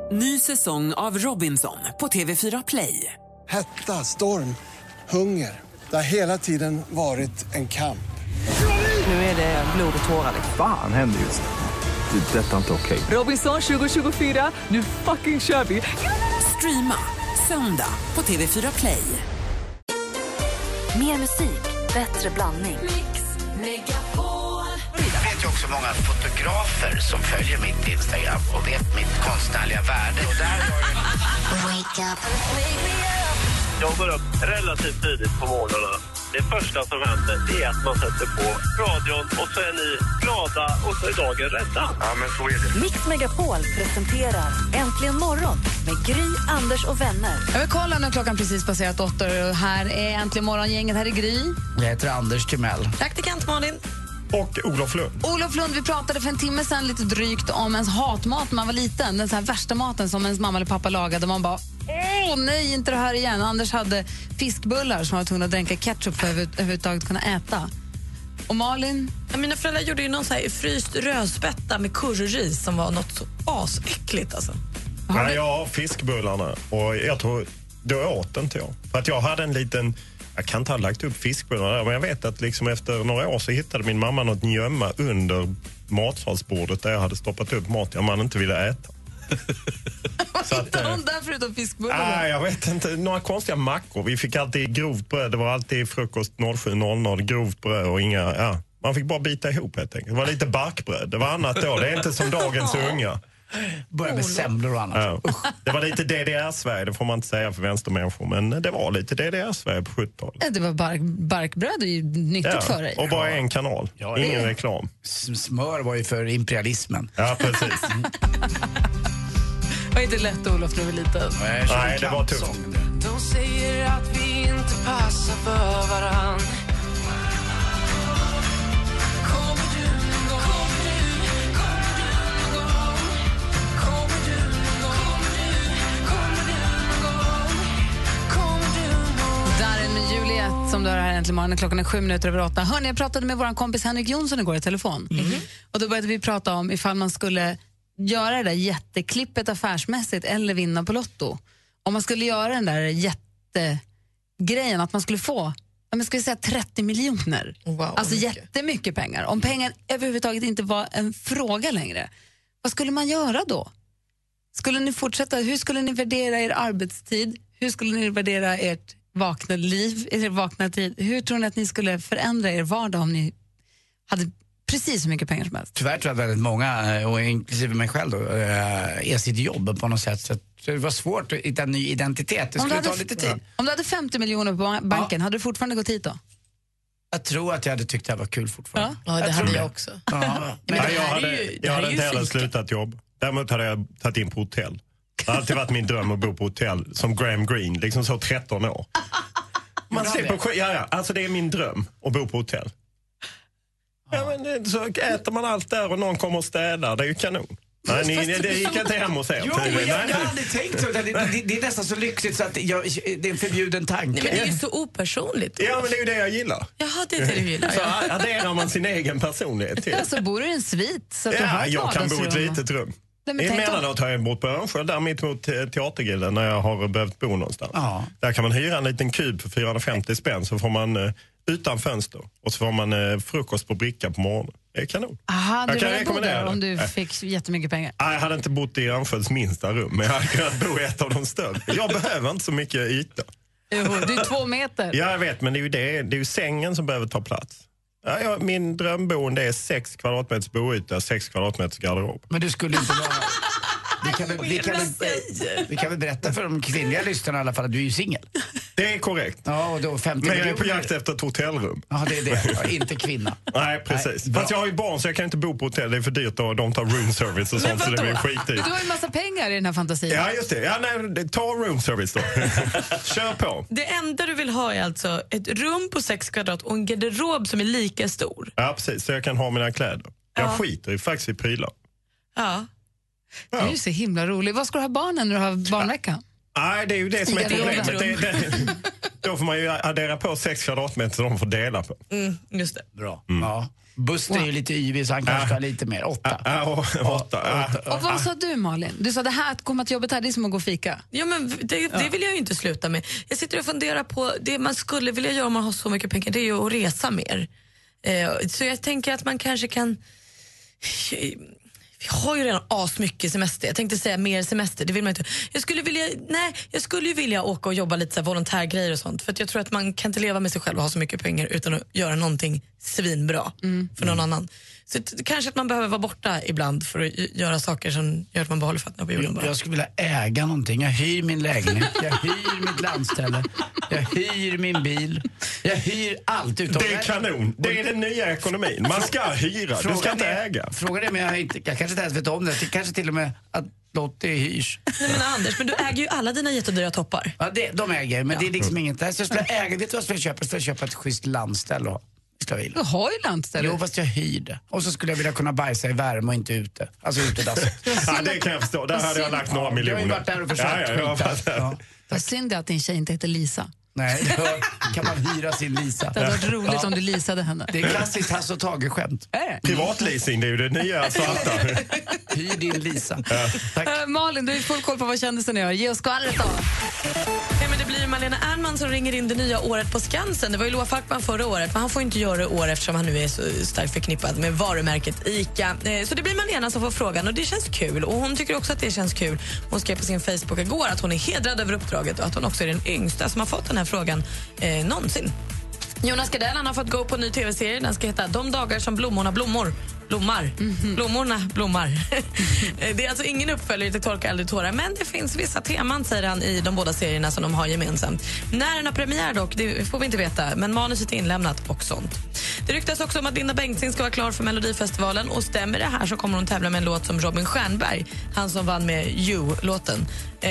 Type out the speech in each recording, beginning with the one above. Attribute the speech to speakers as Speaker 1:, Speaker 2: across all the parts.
Speaker 1: Ny säsong av Robinson på TV4 Play.
Speaker 2: Hetta, storm, hunger. Det har hela tiden varit en kamp.
Speaker 1: Nu är det blod och tårar.
Speaker 3: Fan händer just det. Det är detta inte okej.
Speaker 1: Robinson 2024, nu fucking kör vi. Streama söndag på TV4 Play.
Speaker 4: Mer musik, bättre blandning.
Speaker 5: Mix Megapol.
Speaker 6: Jag vet ju också många fotografer som följer mitt Instagram och vet mitt konstnärliga värde. Och där
Speaker 4: Wake up.
Speaker 7: Jag går upp relativt tidigt på morgnarna. Det första som händer är att man sätter på radion och så är ni glada och så är dagen rädda.
Speaker 6: Ja, men så är det.
Speaker 4: Mix Megapol presenterar Äntligen morgon med Gry, Anders och vänner.
Speaker 8: Jag vill kolla nu, klockan precis passerat 8 och här är Äntligen morgon-gänget. Här är Gry.
Speaker 9: Jag heter Anders Timell.
Speaker 5: Praktikant Malin.
Speaker 10: Och Olof Lund.
Speaker 8: Olof Lund, vi pratade för en timme sedan lite drygt om ens hatmat när man var liten. Den så här värsta maten som ens mamma eller pappa lagade. Man bara, åh nej, inte det här igen. Anders hade fiskbullar som var tvungna att dränka ketchup för att överhuvudtaget kunna äta. Och Malin?
Speaker 5: Ja, mina föräldrar gjorde ju någon så här fryst rödspätta med curryris som var något så asäckligt alltså.
Speaker 10: Nej, ja, fiskbullarna. Och jag tror, då åt inte jag. För att jag hade en liten... Jag kan inte ha lagt upp fiskbullarna där, men jag vet att liksom efter några år så hittade min mamma något gömma under matsalsbordet där jag hade stoppat upp mat jag man inte ville äta.
Speaker 8: Vad hittade hon där förutom fiskbullarna?
Speaker 10: Jag vet inte, några konstiga mackor. Vi fick alltid grovt bröd, det var alltid frukost 07.00, grovt bröd och inga, man fick bara bita ihop helt enkelt. Det var lite barkbröd, det var annat då, det är inte som dagens unga.
Speaker 9: Börjar med semlor och annat.
Speaker 10: Ja. Det var lite DDR-Sverige, det får man inte säga för vänstermänniskor, men det var lite DDR-Sverige på 70-talet.
Speaker 8: Ja, det var barkbröd, det är ju nyttigt för dig.
Speaker 10: Och bara en kanal, ingen reklam.
Speaker 9: Smör var ju för imperialismen.
Speaker 10: Ja, precis.
Speaker 8: Det var inte lätt, Olof, när vi var liten.
Speaker 10: Nej, det var tufft.
Speaker 5: De säger att vi inte passar för varann.
Speaker 8: Som du har här äntligen morgon. Klockan är 7:07. Hörrni, jag pratade med vår kompis Henrik Jonsson igår i telefon. Och då började vi prata om ifall man skulle göra det där jätteklippet affärsmässigt eller vinna på Lotto. Om man skulle göra den där jättegrejen att man skulle få, jag skulle säga 30 miljoner.
Speaker 5: Wow,
Speaker 8: alltså jättemycket pengar. Om pengar överhuvudtaget inte var en fråga längre. Vad skulle man göra då? Skulle ni fortsätta? Hur skulle ni värdera er arbetstid? Hur skulle ni värdera ert vakna liv, er vakna tid? Hur tror ni att ni skulle förändra er vardag om ni hade precis så mycket pengar som helst?
Speaker 9: Tyvärr tror jag att väldigt många, och inklusive mig själv då, är sitt jobb på något sätt. Så det var svårt att hitta en ny identitet. Det skulle ta lite tid.
Speaker 8: Om du hade 50 miljoner på banken, hade du fortfarande gått hit då?
Speaker 9: Jag tror att jag hade tyckt det här var kul fortfarande.
Speaker 5: Ja, det hade jag också.
Speaker 9: Ja.
Speaker 10: Men jag hade inte heller slutat jobb. Däremot hade jag tagit in på hotell. Det har alltid varit min dröm att bo på hotell som Graham Greene, liksom så 13 år. Man ser på, alltså det är min dröm att bo på hotell. Ja, men så äter man allt där och någon kommer och städar, det är ju kanon. Nej, det gick inte hem hos er.
Speaker 9: Jo, men jag hade tänkt så. Det är nästan så lyxigt så att det är en förbjuden tanke.
Speaker 5: Nej, men det är ju så opersonligt.
Speaker 10: Ja, men det är ju det jag gillar.
Speaker 5: Jaha, det är det du gillar.
Speaker 10: Så adderar man sin egen personlighet till.
Speaker 8: Alltså bor du i en svit? Så att du har
Speaker 10: jag kan bo i ett litet rum. Emellanåt har jag bott på Örnskjöld, där mitt mot Teatergilden när jag har behövt bo någonstans. Ja. Där kan man hyra en liten kub för 450 spänn, så får man utan fönster och så får man frukost på bricka på morgonen. Det är kanon.
Speaker 8: Aha, du
Speaker 10: jag kan
Speaker 8: rekommendera det om du fick jättemycket pengar.
Speaker 10: Nej, jag hade inte bott i Örnskölds minsta rum, men jag hade kunnat bo i ett av de större. Jag behöver inte så mycket yta.
Speaker 8: Jo, du är 2 meter.
Speaker 10: Ja, jag vet, men det är ju sängen som behöver ta plats. Ja, min drömboende är 6 kvadratmeters boyta, 6 kvadratmeters garderob.
Speaker 9: Men du skulle inte vara... Vi kan väl berätta för de kvinnliga lyssnarna i alla fall att du är ju singel.
Speaker 10: Det är korrekt.
Speaker 9: Ja, och då 50
Speaker 10: men jag är på jakt efter ett hotellrum.
Speaker 9: Ja, det är det. Ja, inte kvinna.
Speaker 10: Nej, precis. Nej, fast jag har ju barn så jag kan inte bo på hotell. Det är för dyrt och de tar room service och sånt, så det blir skit i.
Speaker 8: Du har ju massa pengar i den här fantasin.
Speaker 10: Ja, just det. Ja, nej, ta room service då. Kör på.
Speaker 5: Det enda du vill ha är alltså ett rum på 6 kvadrat och en garderob som är lika stor.
Speaker 10: Ja, precis. Så jag kan ha mina kläder. Jag skiter faktiskt i prylar.
Speaker 5: Ja.
Speaker 8: Du är ju så himla rolig. Vad ska du ha barnen när du har barnvecka?
Speaker 10: Nej, det är ju det som är problemet. Då får man ju addera på 6 kvadratmeter som de får dela på.
Speaker 5: Just det.
Speaker 9: Bra. Ja. Buster är ju lite yvig så han kanske ska ha lite mer. 8.
Speaker 10: 8.
Speaker 8: Och vad sa du, Malin? Du sa det här att komma till jobbet här, det är som att gå och fika.
Speaker 5: Ja, men det vill jag ju inte sluta med. Jag sitter och funderar på det man skulle vilja göra om man har så mycket pengar, det är ju att resa mer. Så jag tänker att man kanske kan... Vi har ju redan asmycket semester. Jag tänkte säga mer semester, det vill man inte. Jag skulle ju vilja åka och jobba lite så här volontärgrejer och sånt. För att jag tror att man kan inte leva med sig själv och ha så mycket pengar utan att göra någonting svinbra för någon annan. Så kanske att man behöver vara borta ibland för att göra saker som gör att man behåller fötterna på jorden.
Speaker 9: Jag skulle vilja äga någonting. Jag hyr min lägenhet, jag hyr mitt landställe, jag hyr min bil, jag hyr allt utom...
Speaker 10: Det är kanon. Det är den nya ekonomin. Man ska hyra, du ska inte äga.
Speaker 9: Frågan är, men jag kanske inte ens vet om det. Kanske till och med att Lottie hyrs.
Speaker 5: Nej, men Anders, men du äger ju alla dina jättedyra toppar.
Speaker 9: Ja, de äger, men det är liksom inget. Så jag skulle äga, vet du vad jag skulle köpa ett schysst landställe och...
Speaker 8: Du har ju landställe.
Speaker 9: Jo, fast jag hyrde. Och så skulle jag vilja kunna bajsa i värme och inte ute. Alltså utedasset.
Speaker 10: Ja, det kan jag förstå. Där hade jag lagt några miljoner.
Speaker 9: Jag har ju varit där och försökt.
Speaker 8: Vad synd är att din tjej inte heter Lisa.
Speaker 9: Nej, då kan man hyra sin Lisa.
Speaker 8: Det hade varit roligt om du leasade henne.
Speaker 9: Det är klassiskt Hasse och Tage-skämt.
Speaker 10: Privatleasing, det är ju det nya svarta.
Speaker 9: Hyr din Lisa.
Speaker 8: Malin, du är full koll på vad kändisen gör. Ge oss skvallret då.
Speaker 5: Ja, men det blir Malena Ernman som ringer in det nya året på Skansen. Det var ju Loa Falkman förra året, men han får inte göra det år eftersom han nu är så starkt förknippad med varumärket ICA. Så det blir Malena som får frågan och det känns kul. Och hon tycker också att det känns kul. Hon skrev på sin Facebook igår att hon är hedrad över uppdraget och att hon också är den yngsta som har fått den här frågan någonsin. Jonas Gardell, han har fått gå på en ny tv-serie. Den ska heta De dagar som blommorna blommar. Blommorna blommar. Det är alltså ingen uppföljare till Torka aldrig tårar, men det finns vissa teman, säger han, i de båda serierna som de har gemensamt. När den har premiär dock, det får vi inte veta, men manuset är inlämnat och sånt. Det ryktas också om att Linda Bengtzing ska vara klar för Melodifestivalen, och stämmer det här så kommer hon tävla med en låt som Robin Stjernberg, han som vann med You-låten,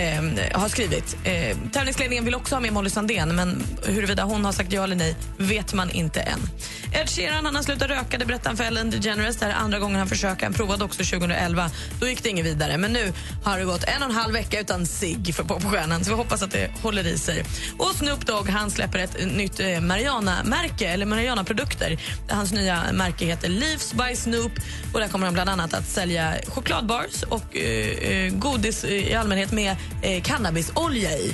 Speaker 5: har skrivit. Tävlingsledningen vill också ha med Molly Sandén, men huruvida hon har sagt ja eller nej vet man inte än. Ed Sheeran, han har slutat röka, det berättar han för Ellen DeGeneres. Det här är andra gången han försöker. Han provade också 2011. Då gick det inget vidare. Men nu har det gått 1,5 vecka utan cigg för popstjärnan. Så vi hoppas att det håller i sig. Och Snoop Dogg, han släpper ett nytt Mariana-märke, eller Mariana-produkter. Hans nya märke heter Leaves by Snoop. Och där kommer han bland annat att sälja chokladbars och godis i allmänhet med cannabisolja i.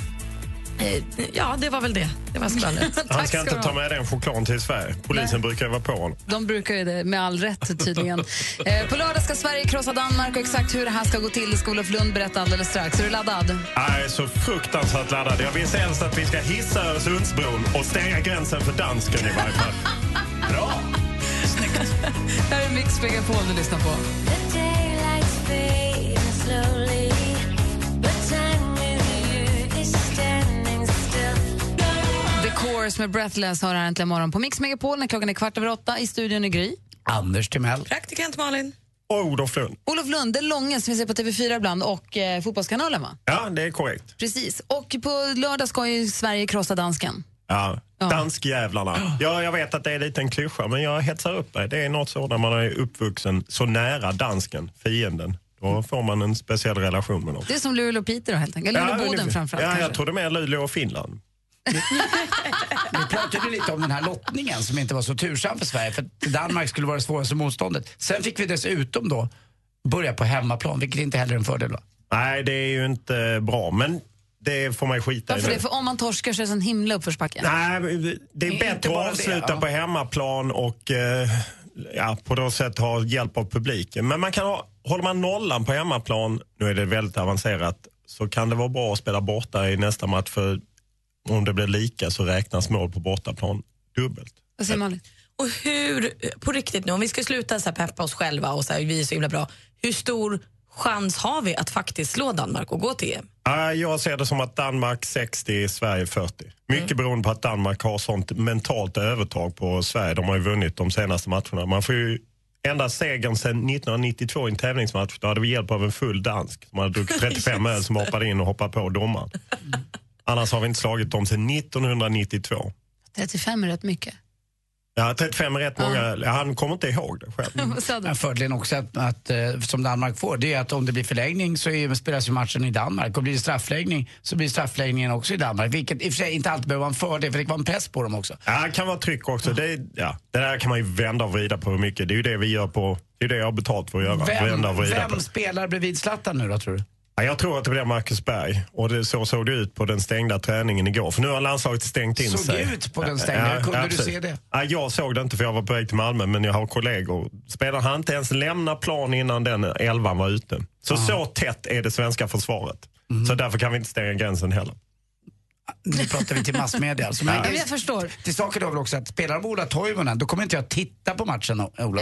Speaker 5: Ja, det var väl det. Det var skvallret.
Speaker 10: Han ska inte ta med den chokladen till Sverige. Polisen brukar vara på honom.
Speaker 8: De brukar ju det, med all rätt tydligen. På lördag ska Sverige krossa Danmark, och exakt hur det här ska gå till det ska Olof Lund berätta alldeles strax. Är du laddad?
Speaker 10: Jag är så fruktansvärt laddad. Jag vill helst att vi ska hissa Öresundsbron och stänga gränsen för dansken i varje fall.
Speaker 9: Bra! Snyggt!
Speaker 8: Det här är Mix Megapol du lyssnar på. Course med Breathless har här äntligen morgon på Mix Megapol när klockan är 7:15 i studion i Gry.
Speaker 9: Anders Timell.
Speaker 5: Praktikant Malin.
Speaker 10: Och Olof Lund.
Speaker 8: Olof Lund, den långa som vi ser på TV4 ibland och Fotbollskanalen, va?
Speaker 10: Ja, det är korrekt.
Speaker 8: Precis. Och på lördag ska ju Sverige krossa dansken.
Speaker 10: Ja, danskjävlarna. Ja, jag vet att det är lite en klyscha, men jag hetsar upp mig. Det är något så när man är uppvuxen så nära dansken, fienden. Då får man en speciell relation med dem.
Speaker 8: Det är som Luleå och Peter helt enkelt. Eller Luleå och Boden framförallt.
Speaker 10: Ja, jag tror det är mer Luleå och Finland.
Speaker 9: Nu pratade lite om den här lottningen som inte var så tursam för Sverige, för Danmark skulle vara det svåraste motståndet. Sen fick vi dessutom då börja på hemmaplan, vilket inte heller är en fördel, va?
Speaker 10: Nej, det är ju inte bra, men det får man skita i.
Speaker 8: Varför det? För om man torskar så är det en himla uppförsbacke.
Speaker 10: Nej, det är bättre att avsluta på hemmaplan och på något sätt ha hjälp av publiken. Men man kan håller man nollan på hemmaplan, nu är det väldigt avancerat, så kan det vara bra att spela borta i nästa match, för om det blir lika så räknas mål på bortaplan dubbelt.
Speaker 8: Vad säger Malin?
Speaker 5: Och hur, på riktigt nu, om vi ska sluta så här peppa oss själva och så här, vi är så himla bra, hur stor chans har vi att faktiskt slå Danmark och gå till EM?
Speaker 10: Jag ser det som att Danmark 60, Sverige 40. Mycket beroende på att Danmark har sånt mentalt övertag på Sverige. De har ju vunnit de senaste matcherna. Man får ju ända segern sedan 1992 i en tävlingsmatch. Då hade vi hjälp av en full dansk som hade druckit 35 öl som hoppade in och hoppade på domaren. Annars har vi inte slagit dem sedan 1992.
Speaker 8: 35 är rätt mycket.
Speaker 10: Ja, 35 är rätt många. Han kommer inte ihåg det själv.
Speaker 9: Men fördelen också att som Danmark får, det är att om det blir förlängning så spelas ju matchen i Danmark. Och blir det straffläggning så blir straffläggningen också i Danmark. Vilket i och för sig inte alltid behöver vara en fördel, för det kan vara en press på dem också.
Speaker 10: Ja, det kan vara tryck också. Det där kan man ju vända och vrida på hur mycket. Det är ju det vi gör på... Det är det jag har betalt för att göra.
Speaker 9: Vem spelar bredvid Zlatan nu då, tror du?
Speaker 10: Ja, jag tror att det blir Marcus Berg. Och så såg det ut på den stängda träningen igår. För nu har landslaget stängt in sig.
Speaker 9: Såg ut på den stängda? Kunde du se det?
Speaker 10: Ja, jag såg det inte för jag var på väg till Malmö. Men jag har kollegor. Spelaren hann inte ens lämna plan innan den 11 var ute. Så tätt är det svenska försvaret. Så därför kan vi inte stänga gränsen heller.
Speaker 9: Nu pratar vi till massmedia. Alltså, men
Speaker 8: jag förstår.
Speaker 9: Till saken är väl också att spelar de Ola Toivonen, då kommer inte jag titta på matchen, Olof.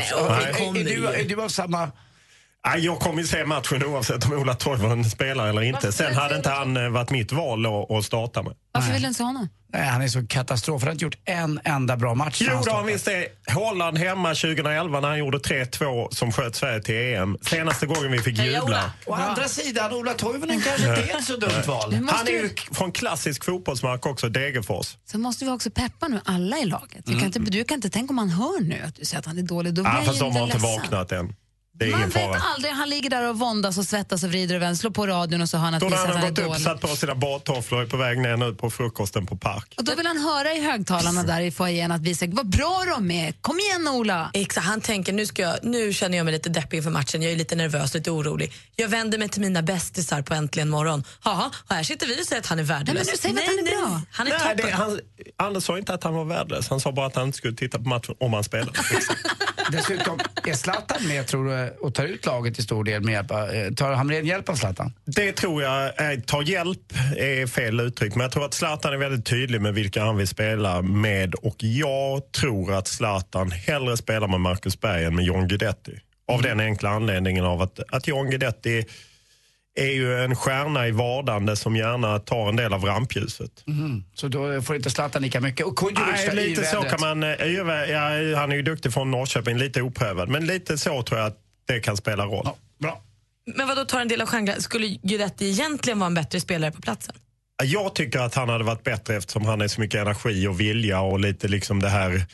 Speaker 9: Är du av samma...
Speaker 10: Jag kommer ju se matchen oavsett om Ola Toivonen spelar eller inte. Sen hade inte han varit mitt val att starta med.
Speaker 8: Varför vill du inte ha honom?
Speaker 9: Nej, han är så katastrof. Han har inte gjort en enda bra match.
Speaker 10: Jo, då han visst det. Holland hemma 2011 när han gjorde 3-2 som sköt Sverige till EM. Senaste gången vi fick jubla.
Speaker 9: Å andra sidan, Ola Toivonen kanske inte är ett så dumt val.
Speaker 10: Han är ju från klassisk fotbollsmark också, Degerfors.
Speaker 8: Så måste vi också peppa nu alla i laget. Du kan inte tänka om han hör nu att du säger att han är dålig. Då blir
Speaker 10: fast de har inte
Speaker 8: ledsen.
Speaker 10: Vaknat än.
Speaker 8: Man vet aldrig, han ligger där och våndas och svettas och vrider och vänder, slår på radion och så har han att visa att han är dålig. Då har han gått upp, satt
Speaker 10: på sina badtofflor på väg ner nu på frukosten på Park.
Speaker 8: Och då vill han höra i högtalarna där i foajén att vi säger, vad bra de är, kom igen Ola.
Speaker 5: Exakt, han tänker, nu känner jag mig lite deppig inför matchen, jag är lite nervös, lite orolig. Jag vänder mig till mina bästisar på Äntligen morgon. Haha, och här sitter vi och säger att han är värdelös.
Speaker 8: Nej, men nu säger vi att han är bra.
Speaker 5: Han är toppen.
Speaker 10: Anders sa inte att han var värdelös, han sa bara att han inte skulle titta på matchen om han spelade.
Speaker 9: Dessutom, är Zlatan med, tror du, och tar ut laget i stor del med hjälp av, tar han med hjälp av Zlatan?
Speaker 10: Det tror jag, tar hjälp är fel uttryck, men jag tror att Zlatan är väldigt tydlig med vilka han vill spela med, och jag tror att Zlatan hellre spelar med Marcus Berg än med John Guidetti. Av den enkla anledningen av att John Guidetti är ju en stjärna i vardande som gärna tar en del av rampljuset.
Speaker 9: Så då får inte Zlatan lika mycket. Och
Speaker 10: nej, lite så kan man... han är ju duktig från Norrköping, lite oprövad. Men lite så tror jag att det kan spela roll.
Speaker 9: Ja, bra.
Speaker 5: Men vad då tar en del av stjärnan? Skulle Guidetti egentligen vara en bättre spelare på platsen?
Speaker 10: Jag tycker att han hade varit bättre eftersom han är så mycket energi och vilja och lite liksom det här...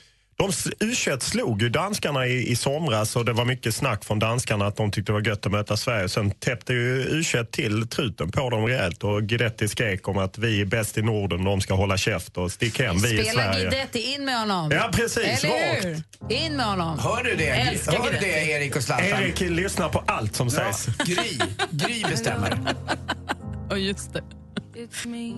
Speaker 10: U21 slog ju danskarna i somras och det var mycket snack från danskarna att de tyckte det var gött att möta Sverige. Sen täppte ju U21 till truten på dem rejält och Guidetti skrek om att vi är bäst i Norden och de ska hålla käft och stick hem, vi i Sverige.
Speaker 8: Spela Guidetti, in med honom.
Speaker 10: Ja, precis.
Speaker 8: Eller hur? In med honom.
Speaker 9: Hör du det? Hör du det, Erik och Zlatan?
Speaker 10: Erik lyssnar på allt som sägs.
Speaker 9: Gry bestämmer.
Speaker 8: Och just det.
Speaker 11: It's me.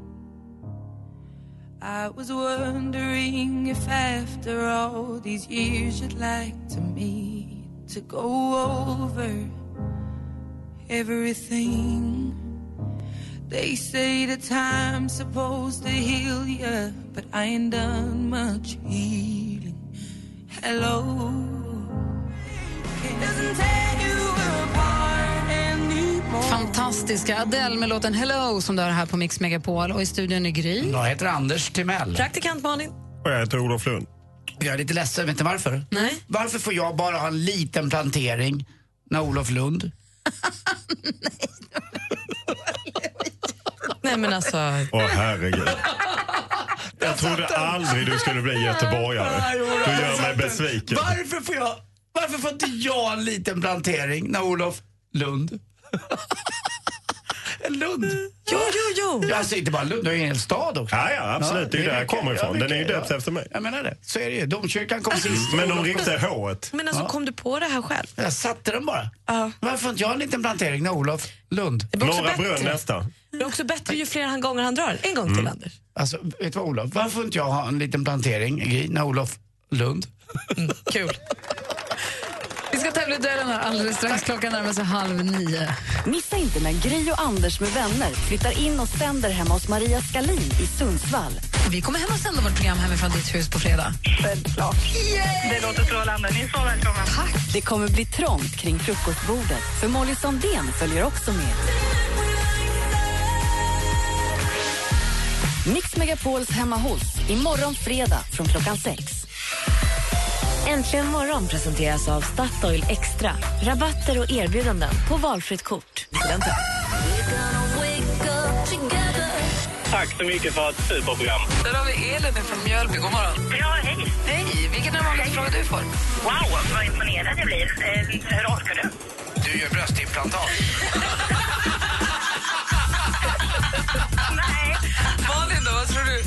Speaker 11: I was wondering if after all these years you'd like to me to go over everything. They say the time's supposed to heal you, but I ain't done much healing. Hello, it doesn't tear you apart anymore.
Speaker 8: Fantastiska Adele med låten Hello som du har här på Mix Megapol, och i studion är Gry.
Speaker 9: Jag heter Anders Timell.
Speaker 5: Praktikant Malin.
Speaker 10: Och jag heter Olof Lund.
Speaker 9: Jag är lite ledsen, vet ni varför?
Speaker 5: Nej.
Speaker 9: Varför får jag bara ha en liten plantering när Olof Lund?
Speaker 5: Nej men alltså...
Speaker 10: Herregud. Jag trodde aldrig du skulle bli göteborgare. Du gör mig besviken.
Speaker 9: Varför får inte jag en liten plantering när Olof Lund? En Lund?
Speaker 5: Jo.
Speaker 9: Alltså inte bara Lund, det är en hel stad också.
Speaker 10: Ja, absolut. Det är där jag kommer ifrån. Den är ju döpt efter mig.
Speaker 9: Jag menar det. Så är det ju. Domkyrkan kom sist.
Speaker 10: Men de riktar H-et.
Speaker 5: Men alltså, kom du på det här själv?
Speaker 9: Jag satte den bara. Varför får inte jag en liten plantering när Olof Lund?
Speaker 10: Norra Brunn nästa.
Speaker 5: Det är också bättre ju fler gånger han drar. En gång till, Anders.
Speaker 9: Alltså, vet du vad, Olof? Varför får inte jag ha en liten plantering när Olof Lund?
Speaker 5: Kul.
Speaker 8: Vi ska tävla i duellen här alldeles strax. Klockan närmar sig 8:30.
Speaker 4: Missa inte när Gry och Anders med vänner flyttar in och sänder hemma hos Maria Skalin i Sundsvall.
Speaker 8: Vi kommer hem och sända vårt program hemifrån ditt hus på fredag.
Speaker 12: Självklart. Det låter strålande. Ni är så välkomna.
Speaker 4: Tack. Det kommer bli trångt kring frukostbordet, för Molly Sandén följer också med. Mix Megapols hemma hos imorgon fredag från klockan 6. Äntligen morgon presenteras av Statoil Extra. Rabatter och erbjudanden på valfritt kort.
Speaker 7: Tack så mycket för ett superprogram.
Speaker 8: Där har vi Elin från Mjölby. God morgon.
Speaker 12: Ja, hej.
Speaker 8: Hej, vilken är den vanligaste fråga du får?
Speaker 12: Wow, vad imponerad jag blir. Hur orkar du?
Speaker 9: Du gör bröstimplantat.
Speaker 12: Nej.
Speaker 8: Malin då, vad tror du?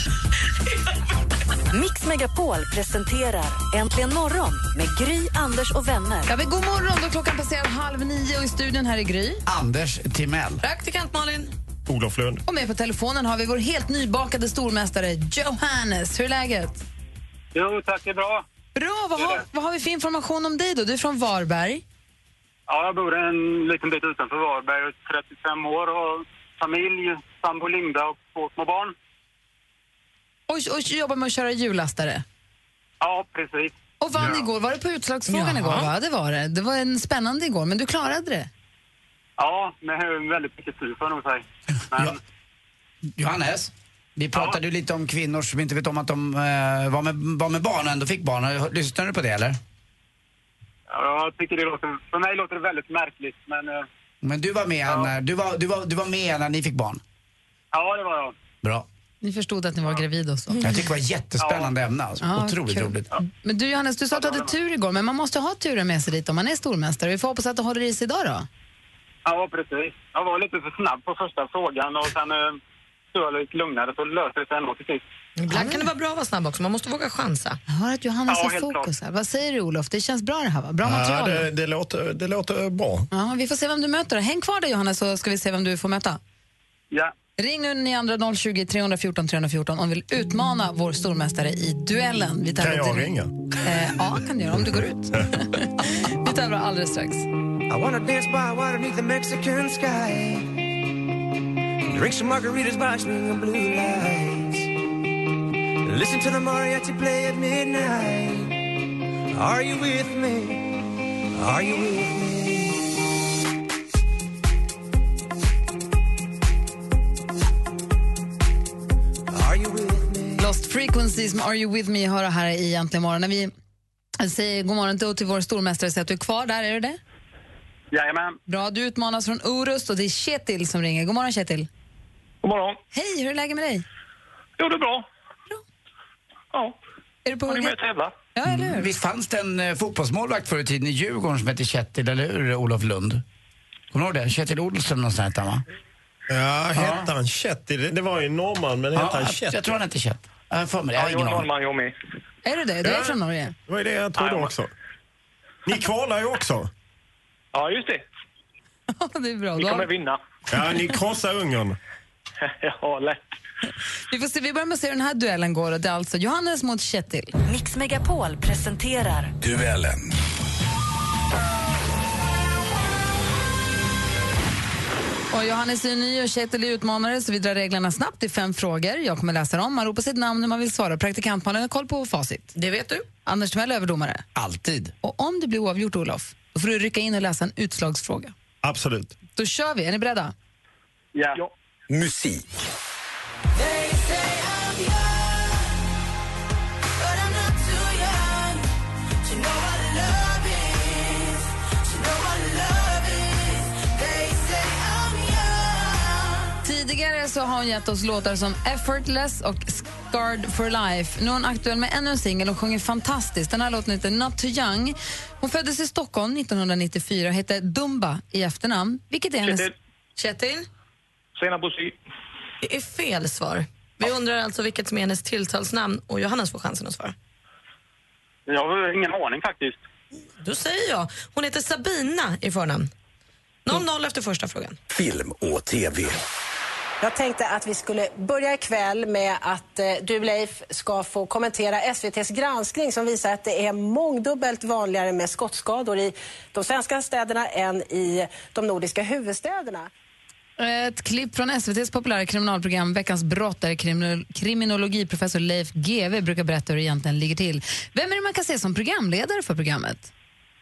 Speaker 4: Mix Megapol presenterar Äntligen morgon med Gry, Anders och vänner.
Speaker 8: Ja, men god morgon, då klockan passerar 8:30 och i studion här är Gry.
Speaker 9: Anders Timell.
Speaker 5: Praktikant Malin.
Speaker 10: Olof Lund.
Speaker 8: Och med på telefonen har vi vår helt nybakade stormästare Johannes. Hur är läget?
Speaker 7: Jo, tack, det är bra.
Speaker 8: Bra, vad har vi för information om dig då? Du är från Varberg.
Speaker 7: Ja, jag bor en liten bit utanför Varberg, 35 år och familj, sambo Linda och 2 små barn.
Speaker 8: Och jobbar med att köra hjullastare.
Speaker 7: Ja, precis.
Speaker 8: Och vann igår, var det på utslagsfrågan igår va? Det var det. Det var en spännande igår, men du klarade det.
Speaker 7: Ja, med väldigt mycket tur får jag nog säga. Men...
Speaker 9: Ja. Johannes, vi pratade ju lite om kvinnor som inte vet om att de var med barn och ändå fick barn. Lyssnar du på det eller?
Speaker 7: Ja, jag tycker för mig låter det väldigt märkligt, men...
Speaker 9: Men du var med när, du var med när ni fick barn?
Speaker 7: Ja, det var jag.
Speaker 9: Bra.
Speaker 8: Ni förstod att ni var gravid och så.
Speaker 9: Jag tycker det var ett jättespännande ämne. Alltså. Otroligt roligt. Ja.
Speaker 8: Men du Johannes, du sa att du hade tur igår, men man måste ha turen med sig dit om man är stormästare. Vi får hoppas att du håller i sig idag då.
Speaker 7: Ja, precis. Jag var lite för snabb på första frågan och sen stod jag lite lugnare så löste det sig ändå till sist.
Speaker 5: Ibland kan det vara bra att vara snabb också, man måste våga chansa.
Speaker 8: Jag hör att Johannes har fokus här. Vad säger du Olof? Det känns bra det här va? Bra material.
Speaker 10: Ja, det låter bra.
Speaker 8: Ja, vi får se vem du möter. Häng kvar där Johannes så ska vi se vem du får möta.
Speaker 7: Ja.
Speaker 8: Ring nu ni andra 020 314 314 om du vill utmana vår stormästare i duellen. Vi
Speaker 10: kan jag ringa?
Speaker 8: Ja, kan du göra om du går ut. Vi tävlar alldeles strax.
Speaker 11: I wanna dance by water beneath the Mexican sky. Drink some margaritas by swinging blue lights. Listen to the mariachi play at midnight. Are you with me? Are you with me?
Speaker 8: Lost Frequencies med Are You With Me hör här i Äntligen morgon. När vi säger god morgon till vår stormästare så att du är kvar där, är du det?
Speaker 7: Jajamän.
Speaker 8: Bra, du utmanas från Orust och det är Kjetil som ringer. God morgon Kjetil.
Speaker 7: God morgon.
Speaker 8: Hej, hur är läget med dig?
Speaker 7: Jo, det är bra.
Speaker 8: Ja. Är du på
Speaker 7: hugget? Har ni med tävla?
Speaker 8: Ja, eller hur?
Speaker 9: Visst fanns det en fotbollsmålvakt förr i tiden i Djurgården som hette Kjetil, eller hur, Olof Lund? Kommer du ihåg det? Kjetil Olsson någonstans där, va?
Speaker 10: Ja, hette han Kjetil? Det var ju norrman, men hette han Kjetil?
Speaker 9: Jag tror han hette Kjetil. Jag får mig,
Speaker 7: jag är norrman, jag med.
Speaker 8: Är du det? Du är från Norge?
Speaker 10: Det var det jag trodde också. Ni kvalar ju också.
Speaker 7: Ja, just det.
Speaker 8: Det är bra.
Speaker 7: Ni kommer vinna.
Speaker 10: Ja, ni krossar Ungern.
Speaker 7: Ja, lätt.
Speaker 8: Vi får se, vi börjar med att se hur den här duellen går. Det är alltså Johannes mot Kjetil.
Speaker 4: Mix Megapol presenterar
Speaker 13: Duellen.
Speaker 8: Och Johannes är ny och Kjetil är utmanare så vi drar reglerna snabbt. Det är 5 frågor. Jag kommer läsa dem. Man ropar sitt namn när man vill svara. Praktikantmannen har koll på facit.
Speaker 5: Det vet du.
Speaker 8: Anders Timell är överdomare.
Speaker 9: Alltid.
Speaker 8: Och om det blir oavgjort, Olof, då får du rycka in och läsa en utslagsfråga.
Speaker 10: Absolut.
Speaker 8: Då kör vi. Är ni beredda?
Speaker 7: Ja.
Speaker 13: Musik.
Speaker 8: Tidigare så har hon gett oss låtar som Effortless och Scarred for Life. Nu är hon aktuell med ännu en singel och sjunger fantastiskt. Den här låten heter Not Too Young. Hon föddes i Stockholm 1994 och heter Dumba i efternamn. Vilket är hennes...
Speaker 5: Kjetil?
Speaker 7: Sena Bosi.
Speaker 5: Det är fel svar. Vi undrar alltså vilket som är hennes tilltalsnamn och Johannes får chansen att svara.
Speaker 7: Jag har ingen aning faktiskt.
Speaker 5: Då säger jag. Hon heter Sabina i förnamn. 0-0 efter första frågan.
Speaker 13: Film och TV.
Speaker 14: Jag tänkte att vi skulle börja ikväll med att du, Leif, ska få kommentera SVT:s granskning som visar att det är mångdubbelt vanligare med skottskador i de svenska städerna än i de nordiska huvudstäderna.
Speaker 8: Ett klipp från SVT:s populära kriminalprogram Veckans brott där kriminologiprofessor Leif GW brukar berätta hur det egentligen ligger till. Vem är det man kan se som programledare för programmet?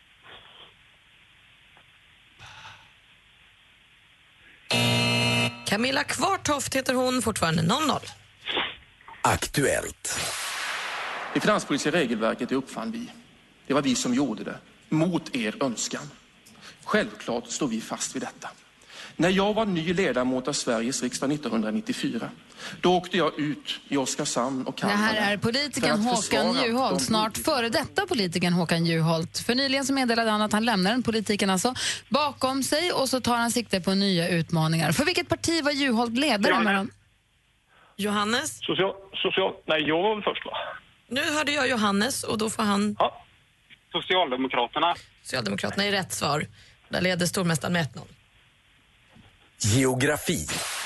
Speaker 5: Camilla Kvartoft heter hon, fortfarande 0-0.
Speaker 13: Aktuellt.
Speaker 15: Det finanspolitiska regelverket uppfann vi. Det var vi som gjorde det, mot er önskan. Självklart står vi fast vid detta. När jag var ny ledamot av Sveriges riksdag 1994, då åkte jag ut i Oskarshamn och Kalmar.
Speaker 8: Det här är politikern Håkan Juholt, snart före detta politikern Håkan Juholt. För nyligen så meddelade han att han lämnar den politiken alltså bakom sig och så tar han sikte på nya utmaningar. För vilket parti var Juholt ledare?
Speaker 5: Johannes?
Speaker 7: Nej, jag var väl först, va?
Speaker 5: Nu hörde jag Johannes och då får han...
Speaker 7: Ja. Socialdemokraterna.
Speaker 5: Socialdemokraterna är rätt svar. Där leder stormästaren med 1-0.
Speaker 13: Geografi.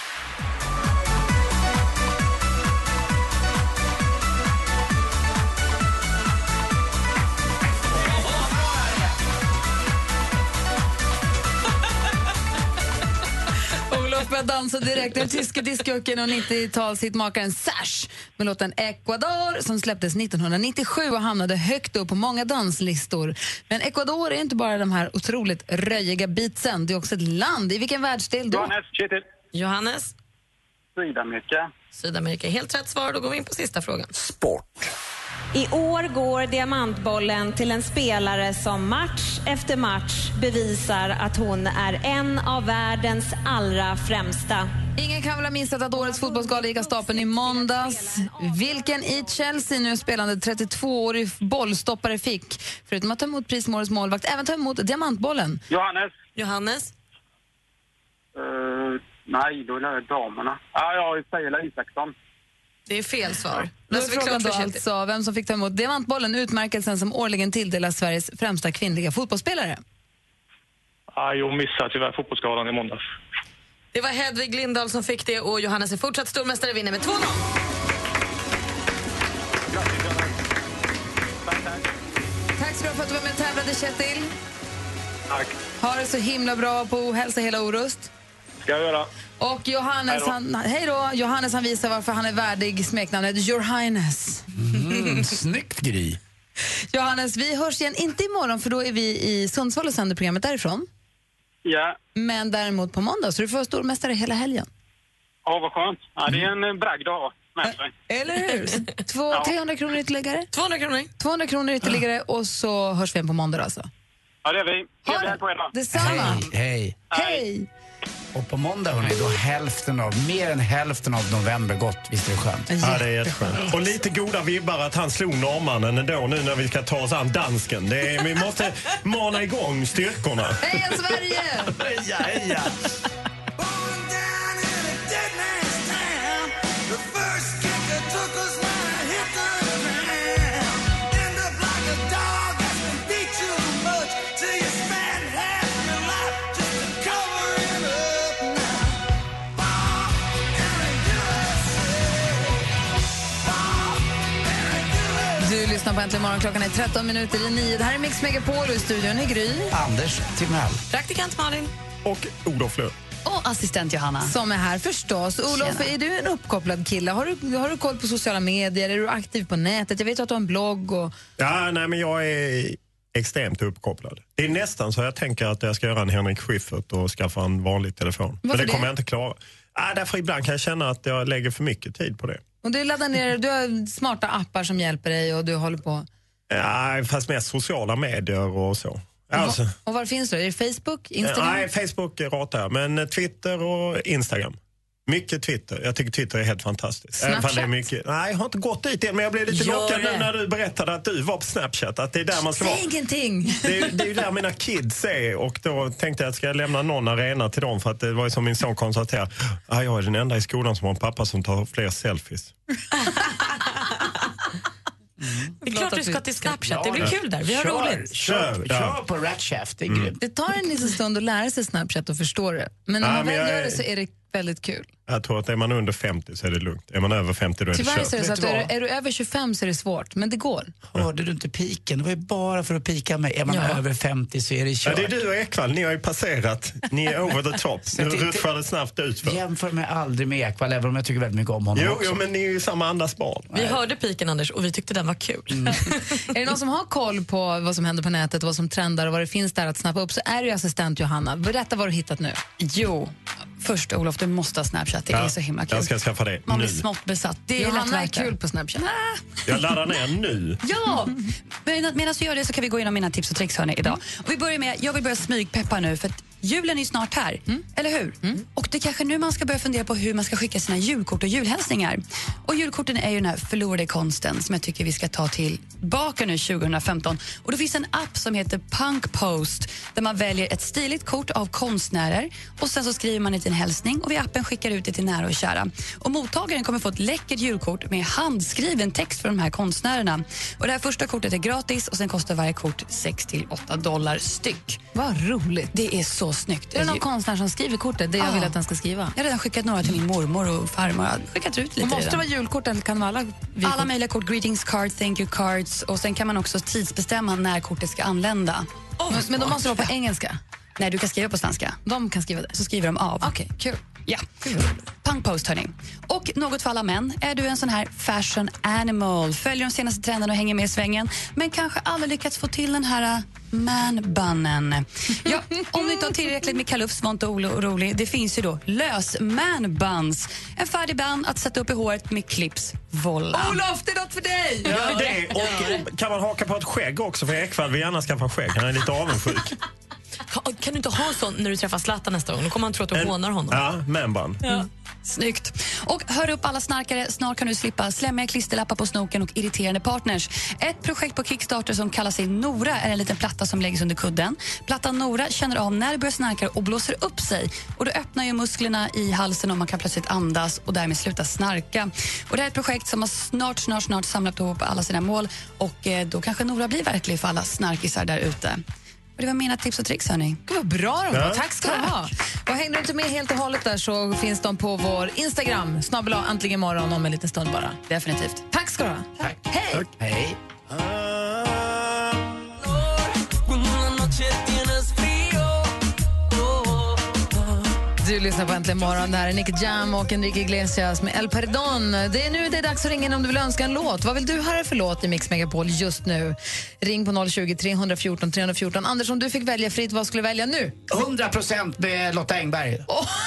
Speaker 8: Olof började dansa direkt. Den tyske diskjocken och 90-talshitmakaren Sash med låten Ecuador som släpptes 1997 och hamnade högt upp på många danslistor. Men Ecuador är inte bara de här otroligt röjiga beatsen. Det är också ett land. I vilken världsdel då?
Speaker 5: Johannes?
Speaker 7: Sydamerika.
Speaker 5: Sydamerika. Helt rätt svar. Då går vi in på sista frågan.
Speaker 13: Sport.
Speaker 16: I år går diamantbollen till en spelare som match efter match bevisar att hon är en av världens allra främsta.
Speaker 8: Ingen kan väl ha missat att årets fotbollsgala gick av stapeln i måndags. Vilken i Chelsea nu spelande 32-årig bollstoppare fick, förutom att ta emot pris som årets målvakt, även ta emot diamantbollen?
Speaker 5: Johannes?
Speaker 7: Nej, då är det damerna. Ja, jag säger Isaksson.
Speaker 5: Det är fel svar.
Speaker 8: Då är frågan då alltså vem som fick ta emot diamantbollen, utmärkelsen som årligen tilldelas Sveriges främsta kvinnliga fotbollsspelare.
Speaker 7: Jag missade tyvärr fotbollsgalan i måndags.
Speaker 5: Det var Hedvig Lindahl som fick det och Johannes är fortsatt stormästare, vinner med 2-0. Tack ska du ha för att du var med och tävlade, Kjetil.
Speaker 7: Tack.
Speaker 8: Ha det så himla bra på hälsa hela Orust.
Speaker 7: Ska jag göra.
Speaker 8: Och Johannes, hej då. Johannes han visar varför han är värdig smeknamnet Your Highness.
Speaker 9: Snyggt, Gry.
Speaker 8: Johannes, vi hörs igen, inte imorgon för då är vi i Sundsvall och sänder programmet därifrån.
Speaker 7: Ja.
Speaker 8: Men däremot på måndag, så du får vara stormästare hela helgen.
Speaker 7: Ja, vad skönt. Ja, det är en bragd dag med sig.
Speaker 8: Eller hur? 300 kronor ytterligare.
Speaker 5: 200 kronor.
Speaker 8: 200 kronor ytterligare och så hörs vi igen på måndag alltså.
Speaker 7: Ja, det är vi. Trevlig helg på er då.
Speaker 8: Detsamma.
Speaker 9: Hej. Och på måndag hörni, då mer än hälften av november gått. Visst är det skönt?
Speaker 10: Ja, det är jätteskönt. Och lite goda vibbar att han slog norrmannen ändå nu när vi ska ta oss an dansken. Vi måste mana igång styrkorna.
Speaker 8: Heja Sverige!
Speaker 9: Ja.
Speaker 8: Du lyssnar på Äntligen morgon, klockan är 13:13. Det här är Mix Megapol och i studion är Gry.
Speaker 9: Anders Timell.
Speaker 5: Praktikant Malin.
Speaker 10: Och Olof Lund.
Speaker 8: Och assistent Johanna. Som är här förstås. Olof, är du en uppkopplad kille? Har du koll på sociala medier? Är du aktiv på nätet? Jag vet att du har en blogg.
Speaker 10: Ja, nej men jag är extremt uppkopplad. Det är nästan så jag tänker att jag ska göra en Henrik Schyffert och skaffa en vanlig telefon. Men det kommer jag inte klara. Därför ibland kan jag känna att jag lägger för mycket tid på det.
Speaker 8: Och du laddar ner, du har smarta appar som hjälper dig och du håller på...
Speaker 10: Ja, fast mest sociala medier och så. Alltså.
Speaker 8: Och var finns du? Är det Facebook, Instagram?
Speaker 10: Nej, Facebook ratar jag, men Twitter och Instagram. Mycket Twitter. Jag tycker Twitter är helt fantastiskt.
Speaker 8: Snapchat?
Speaker 10: Det är mycket... Nej, jag har inte gått dit än, men jag blev lite lockad nu när du berättade att du var på Snapchat. Att det är där man ska vara.
Speaker 8: Säg ingenting!
Speaker 10: Det är ju där mina kids är, och då tänkte jag att jag lämna någon arena till dem, för att det var ju som min son konstaterade. Jag är den enda i skolan som har en pappa som tar fler selfies.
Speaker 5: Det är klart du ska till Snapchat, det blir kul där. Vi har roligt.
Speaker 9: Kör på Ratchef, det är grymt.
Speaker 8: Det tar en liten stund att lära sig Snapchat och förstå det. Men när man väl gör det så är det väldigt kul.
Speaker 10: Jag tror att är man under 50 så är det lugnt. Är man över 50 då är det kört.
Speaker 8: Tyvärr så är det så att är du över 25 så är det svårt, men det går.
Speaker 9: Hörde du inte piken? Det var ju bara för att pika mig. Är man över 50 så är det kört.
Speaker 10: Ja, det är du och Ekvall, ni har ju passerat. Ni är over the top. Nu rutschar det snabbt ut för.
Speaker 9: Jämför mig aldrig med Ekvall, även om jag tycker väldigt mycket om honom också.
Speaker 10: Jo, men ni är ju samma andas barn.
Speaker 5: Vi hörde piken, Anders, och vi tyckte den var kul.
Speaker 8: Är det någon som har koll på vad som händer på nätet, vad som trendar och vad det finns där att snappa upp, så är det ju assistent Johanna. Berätta vad du hittat nu.
Speaker 17: Jo, först Olof, du måste ha Snapchat. Det är så himla kul.
Speaker 10: Jag ska skaffa det
Speaker 17: Man
Speaker 10: nu.
Speaker 17: blir smått besatt. Det är
Speaker 8: Johanna är kul på Snapchat.
Speaker 10: Jag laddar ner nu.
Speaker 17: Ja, medan du gör det så kan vi gå igenom mina tips och tricks hörni, idag. Och vi börjar med, jag vill börja smygpeppa nu för att Julen är ju snart här, eller hur? Och det är kanske nu man ska börja fundera på hur man ska skicka sina julkort och julhälsningar. Och julkorten är ju den här förlorade konsten som jag tycker vi ska ta tillbaka nu 2015. Och då finns en app som heter Punk Post där man väljer ett stiligt kort av konstnärer och sen så skriver man en liten hälsning och via appen skickar ut det till nära och kära. Och mottagaren kommer få ett läckert julkort med handskriven text för de här konstnärerna. Och det här första kortet är gratis och sen kostar varje kort $6-8 styck.
Speaker 8: Vad roligt.
Speaker 17: Det är så snyggt.
Speaker 8: Är det någon konstnär som skriver kortet? Det jag vill att den ska skriva.
Speaker 17: Jag har redan skickat några till min mormor och farmor. Jag har skickat ut lite.
Speaker 8: Och måste det vara julkort eller kan det vara
Speaker 17: alla möjliga kort, greetings card, thank you cards och sen kan man också tidsbestämma när kortet ska anlända.
Speaker 8: Men de måste vara på engelska?
Speaker 17: Nej, du kan skriva på svenska.
Speaker 8: De kan skriva det?
Speaker 17: Så skriver de av.
Speaker 8: Okej, kul.
Speaker 17: Ja. Punkpost, hörni. Och något för alla män. Är du en sån här fashion animal? Följer de senaste trenderna och hänger med i svängen men kanske aldrig lyckats få till den här man-bunnen. Ja, om du inte har tillräckligt med kalufs, var inte orolig. Det finns ju då lös man-buns. En färdig band att sätta upp i håret med clips. Volla.
Speaker 8: Olof, det är något för dig!
Speaker 10: Ja, det. Och kan man haka på ett skägg också? För Ekvall vill gärna skaffa skägg. Han är lite avundsjuk.
Speaker 5: Kan du inte ha sånt när du träffar Zlatan nästa gång? Då kommer han tro att du hånar honom.
Speaker 10: Ja, man-bun.
Speaker 5: Ja.
Speaker 17: Snyggt. Och hör upp alla snarkare, snart kan du slippa slämmiga klisterlappar på snoken och irriterande partners. Ett projekt på Kickstarter som kallar sig Nora är en liten platta som läggs under kudden. Plattan Nora känner av när det börjar snarka och blåser upp sig. Och då öppnar ju musklerna i halsen och man kan plötsligt andas och därmed sluta snarka. Och det är ett projekt som har snart samlat ihop alla sina mål och då kanske Nora blir verklig för alla snarkisar där ute. Och det var mina tips och tricks, hörni.
Speaker 8: Gud, vad bra de var.
Speaker 10: Ja.
Speaker 8: Tack ska du ha. Och hänger du inte med helt och hållet där så finns de på vår Instagram. @äntligen morgon om en liten stund bara.
Speaker 17: Definitivt.
Speaker 8: Tack ska du ha.
Speaker 9: Tack.
Speaker 8: Hej.
Speaker 9: Tack. Hej.
Speaker 8: Du lyssnar på Äntligen morgon. Det här är Nick Jam och Enrique Iglesias med El Perdón. Det är dags att ringa in om du vill önska en låt. Vad vill du höra för låt i Mix Megapol just nu? Ring på 020-314 314. Anders, om du fick välja fritt, vad skulle du välja nu?
Speaker 9: 100% med Lotta Engberg.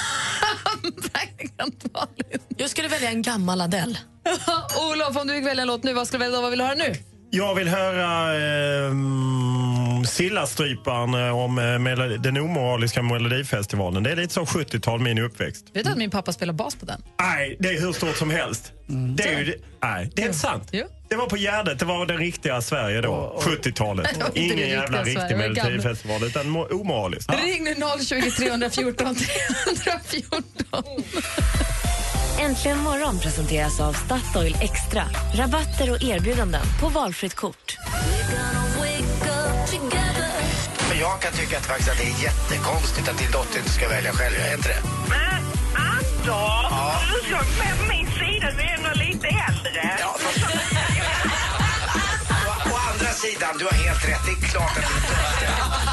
Speaker 5: Jag skulle välja en gammal Adele.
Speaker 8: Olof, om du fick välja en låt nu, vad skulle du välja då? Vad vill du höra nu?
Speaker 10: Jag vill höra Sillastryparen om den omoraliska Melodifestivalen. Det är lite så 70-tal, min uppväxt.
Speaker 8: Vet du att min pappa spelar bas på den?
Speaker 10: Nej, det är hur stort som helst. Det är ju det är sant.
Speaker 8: Jo.
Speaker 10: Det var på Gärdet, det var den riktiga Sverige då, 70-talet. Ingen jävla riktig Melodifestival, utan omoraliskt.
Speaker 8: Ring nu 020-314 314.
Speaker 4: Äntligen morgon presenteras av Statoil Extra. Rabatter och erbjudanden på valfritt kort.
Speaker 6: Men jag kan tycka att det är jättekonstigt att din dotter inte ska välja själv. Är inte det?
Speaker 12: Men Anders, du såg med min sida, du är ändå lite äldre.
Speaker 6: Ja, å andra sidan, du har helt rätt. Det är klart att du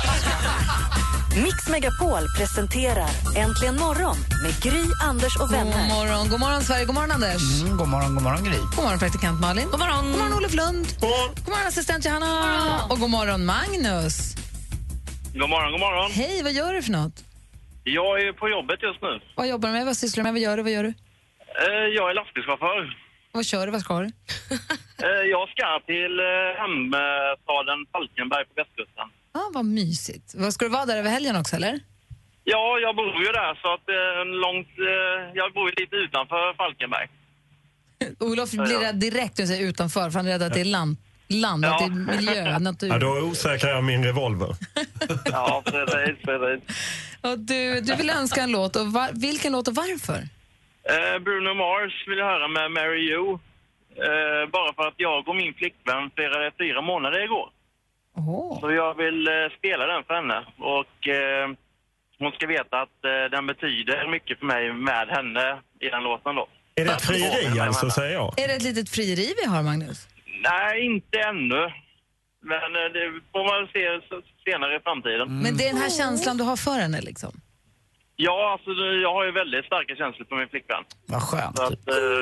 Speaker 4: Mix Megapol presenterar Äntligen morgon med Gry, Anders och vänner.
Speaker 8: God morgon Sverige, god morgon Anders.
Speaker 9: God morgon Gry.
Speaker 8: God morgon praktikant Malin.
Speaker 5: God morgon.
Speaker 8: God morgon Olof Lund. God morgon assistent Johanna. Och god morgon Magnus.
Speaker 7: God morgon.
Speaker 8: Hej, vad gör du för något?
Speaker 7: Jag är på jobbet just nu.
Speaker 8: Vad jobbar du med? Vad sysslar du med? Vad gör du?
Speaker 7: Jag är lastbilschaufför.
Speaker 8: Vad kör du? Vad ska du?
Speaker 7: Jag ska till hemstaden Falkenberg på västkusten.
Speaker 8: Vad mysigt. Vad ska du vara där över helgen också, eller?
Speaker 7: Ja, jag bor ju där så att jag bor ju lite utanför Falkenberg.
Speaker 8: Olof blir rädd direkt när du säger utanför, för han är rädd att det är land att det är miljö, natur.
Speaker 10: Ja, då osäkrar jag min revolver.
Speaker 7: Ja, precis.
Speaker 8: Och du vill önska en låt, och vilken låt och varför?
Speaker 7: Bruno Mars vill jag höra med Marry You. Bara för att jag och min flickvän firade 4 månader igår. Så jag vill spela den för henne. Och hon ska veta att den betyder mycket för mig med henne i den låten då.
Speaker 10: Är det ett frieri alltså, säger jag?
Speaker 8: Är det ett litet frieri vi har, Magnus?
Speaker 7: Nej, inte ännu. Men det får man se senare i framtiden.
Speaker 8: Men det är den här känslan du har för henne liksom?
Speaker 7: Ja, alltså jag har ju väldigt starka känslor för min flickvän.
Speaker 9: Vad skönt.
Speaker 7: Så att,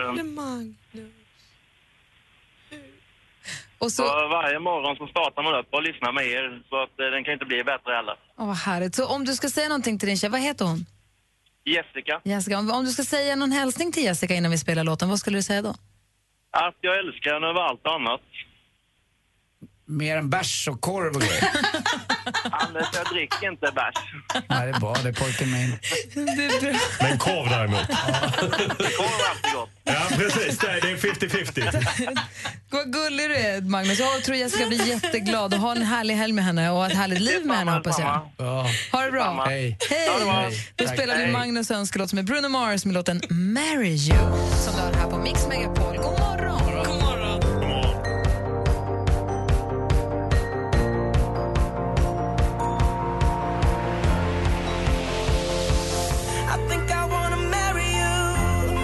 Speaker 8: och så
Speaker 7: varje morgon så startar man upp och lyssnar med er. Så att den kan inte bli bättre heller.
Speaker 8: Vad härligt. Så om du ska säga någonting till din tjej, vad heter hon?
Speaker 7: Jessica.
Speaker 8: Om du ska säga någon hälsning till Jessica innan vi spelar låten, vad skulle du säga då?
Speaker 7: Att jag älskar henne över allt annat.
Speaker 9: Mer än bärs och korv och grejer.
Speaker 7: Anders, jag dricker inte bärs.
Speaker 9: Nej, det är bra. Det är pojken min.
Speaker 10: Men korv däremot.
Speaker 7: Korv är alltid gott.
Speaker 10: Ja, precis. Det är 50-50.
Speaker 8: Vad gullig du är, Magnus. Jag tror Jessica blir jätteglad och ha en härlig helg med henne och ett härligt liv med henne, hoppas jag.
Speaker 9: Ja.
Speaker 8: Ha det bra.
Speaker 9: Hej.
Speaker 8: Hej. Då spelar vi Magnus önskelåt med Bruno Mars med låten Marry You som du har här på Mix Megapol. God morgon.
Speaker 10: God morgon. God morgon.
Speaker 11: I think I wanna marry you.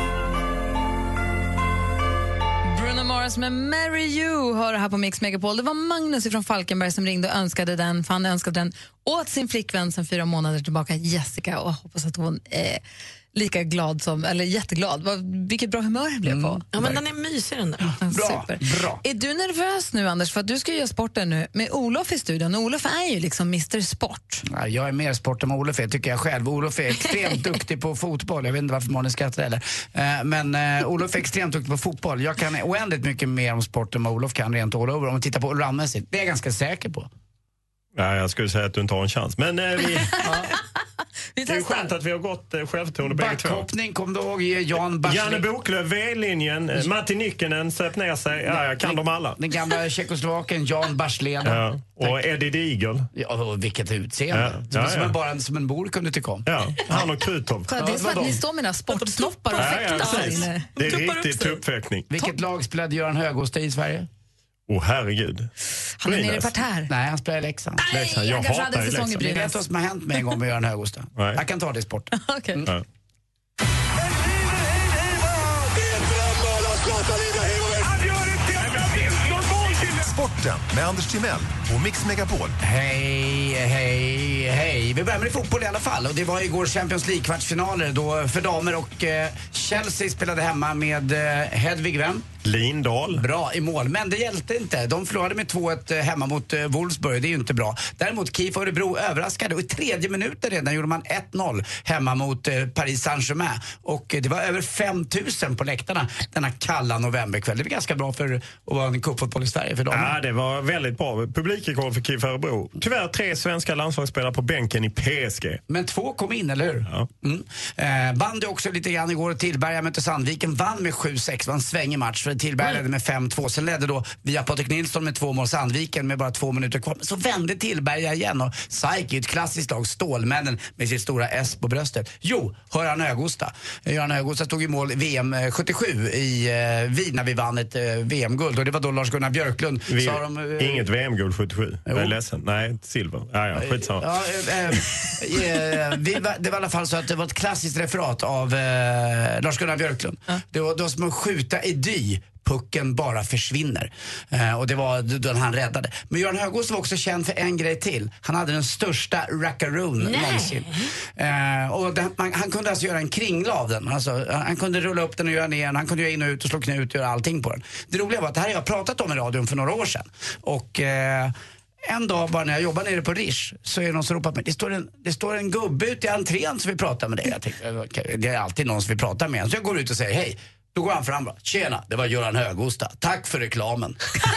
Speaker 8: Bruno Mars med Marry You hör här på Mix Megapol. Det var Magnus från Falkenberg som ringde och önskade den, för han önskade den åt sin flickvän sedan 4 månader tillbaka, Jessica, och hoppas att hon är lika glad som, eller jätteglad. Vilket bra humör det blev på.
Speaker 5: Ja, men den är mysig den där.
Speaker 9: Bra.
Speaker 8: Är du nervös nu, Anders, för att du ska göra sporten nu med Olof i studion? Olof är ju liksom Mr. Sport.
Speaker 9: Ja, jag är mer sport än vad Olof är, tycker jag själv. Olof är extremt duktig på fotboll. Jag vet inte varför man skrattar heller. Men Olof är extremt duktig på fotboll. Jag kan oändligt mycket mer om sport än vad Olof kan rent all over. Om man tittar på allroundmässigt. Det är jag ganska säker på.
Speaker 10: Ja, jag skulle säga att du inte har en chans. Men vi...
Speaker 8: Vi
Speaker 10: det är ju skönt att vi har gått självförtroende bägge två.
Speaker 9: Backhoppning, kom du ihåg Jan Barsling?
Speaker 10: Janne Boklöv, V-linjen, Matti Nyckenen söp ner sig. Ja, jag kan dem alla.
Speaker 9: Den gamla Tjeckoslovaken, Jan Barsling.
Speaker 10: Ja. Och Eddie Diegel.
Speaker 9: Ja, vilket utseende. Som en bor kunde tycka om.
Speaker 10: Ja, han och Krutov.
Speaker 8: Det är som att ni står med mina sportsnoppar och fäktar.
Speaker 10: Det är riktigt tuppfäktning.
Speaker 9: Vilket lag spelade Göran Högåsta i Sverige?
Speaker 10: Herregud.
Speaker 8: Han är nere i parterre.
Speaker 9: Nej, han spelar i Leksand.
Speaker 8: Nej, jag kanske hade en säsong i Brynäs.
Speaker 9: Ni vet vad som har hänt med en gång med Göran Högåsta. Jag kan ta det i sport.
Speaker 8: Okay.
Speaker 18: Sporten med Anders Timell och Mix Megapol.
Speaker 9: Hej. Vi börjar med fotboll i alla fall. Och det var igår Champions League-kvartsfinaler då för damer, och Chelsea spelade hemma med Hedvig Wem?
Speaker 10: Lindahl.
Speaker 9: Bra i mål, men det hjälpte inte. De förlorade med 2-1 hemma mot Wolfsburg. Det är ju inte bra. Däremot KIF Örebro överraskade, och i 3:e minuten redan gjorde man 1-0 hemma mot Paris Saint-Germain. Och det var över 5000 på läktarna denna kalla novemberkväll. Det var ganska bra för att vara en cupfotboll i Sverige för dem.
Speaker 10: Ja, det var väldigt bra. Publikrekord för KIF Örebro. Tyvärr 3 svenska landslagsspelare på bänken i PSG.
Speaker 9: Men 2 kom in, eller hur?
Speaker 10: Ja.
Speaker 9: Bandy också lite grann igår. Tillberga mötte Sandviken, vann med 7-6. Var en svängig match. Tillberga ledde med 5-2. Sen ledde då via Patrik Nilsson med 2 mål, Sandviken med bara 2 minuter kvar. Men så vände Tillberga igen, och SAIK är ett klassiskt lag, Stålmännen med sitt stora S på bröstet. Göran Högåsta. Göran Högåsta tog i mål VM 77 i Wien när vi vann ett VM-guld, och det var då Lars-Gunnar Björklund.
Speaker 10: Inget VM-guld 77. Jag är ledsen. Nej, silver. Ja, skitsamma.
Speaker 9: Det var i alla fall så att det var ett klassiskt referat av Lars-Gunnar Björklund. Det var som att skjuta i dy. Pucken bara försvinner. Och det var den han räddade. Men Göran Högås var också känd för en grej till. Han hade den största rackaroon någonsin. Han kunde alltså göra en kringla av den. Alltså, han kunde rulla upp den och göra ner den. Han kunde göra in och ut och slå knut och göra allting på den. Det roliga var att det här har jag pratat om i radion för några år sedan. Och en dag bara när jag jobbar nere på Rish så är det någon som ropar på mig. Det står en gubbe ute i entrén som vill prata med dig. Jag tänkte, det är alltid någon som vill prata med en. Så jag går ut och säger hej. Då går han fram och tjena, det var Göran Högåsta. Tack för reklamen.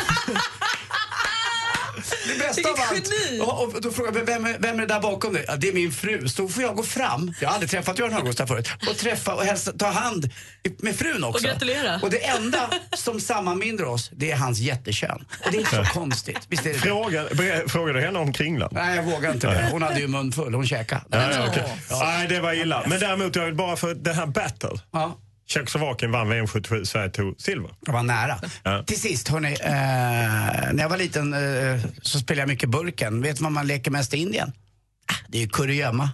Speaker 9: Det bästa av allt. Och då frågar jag, vem är det där bakom dig? Ja, det är min fru. Så får jag gå fram. Jag har aldrig träffat Göran Högåsta förut. Och träffa och ta hand med frun också.
Speaker 5: Och gratulera.
Speaker 9: Och det enda som sammanbinder oss, det är hans jättekön. Och det är så konstigt. Visst är det?
Speaker 10: Frågade du henne om kringlan?
Speaker 9: Nej, jag vågar inte det. Hon hade ju mun full. Hon käkade.
Speaker 10: Nej, det var illa. Men däremot, jag vill bara för det här battle.
Speaker 9: Ja.
Speaker 10: Tjeckoslovakien vann VM 77, Sverige tog silver.
Speaker 9: Det var nära. Ja. Till sist, hörni, när jag var liten så spelade jag mycket burken. Vet du vad man leker mest i Indien? Det är ju kurragömma.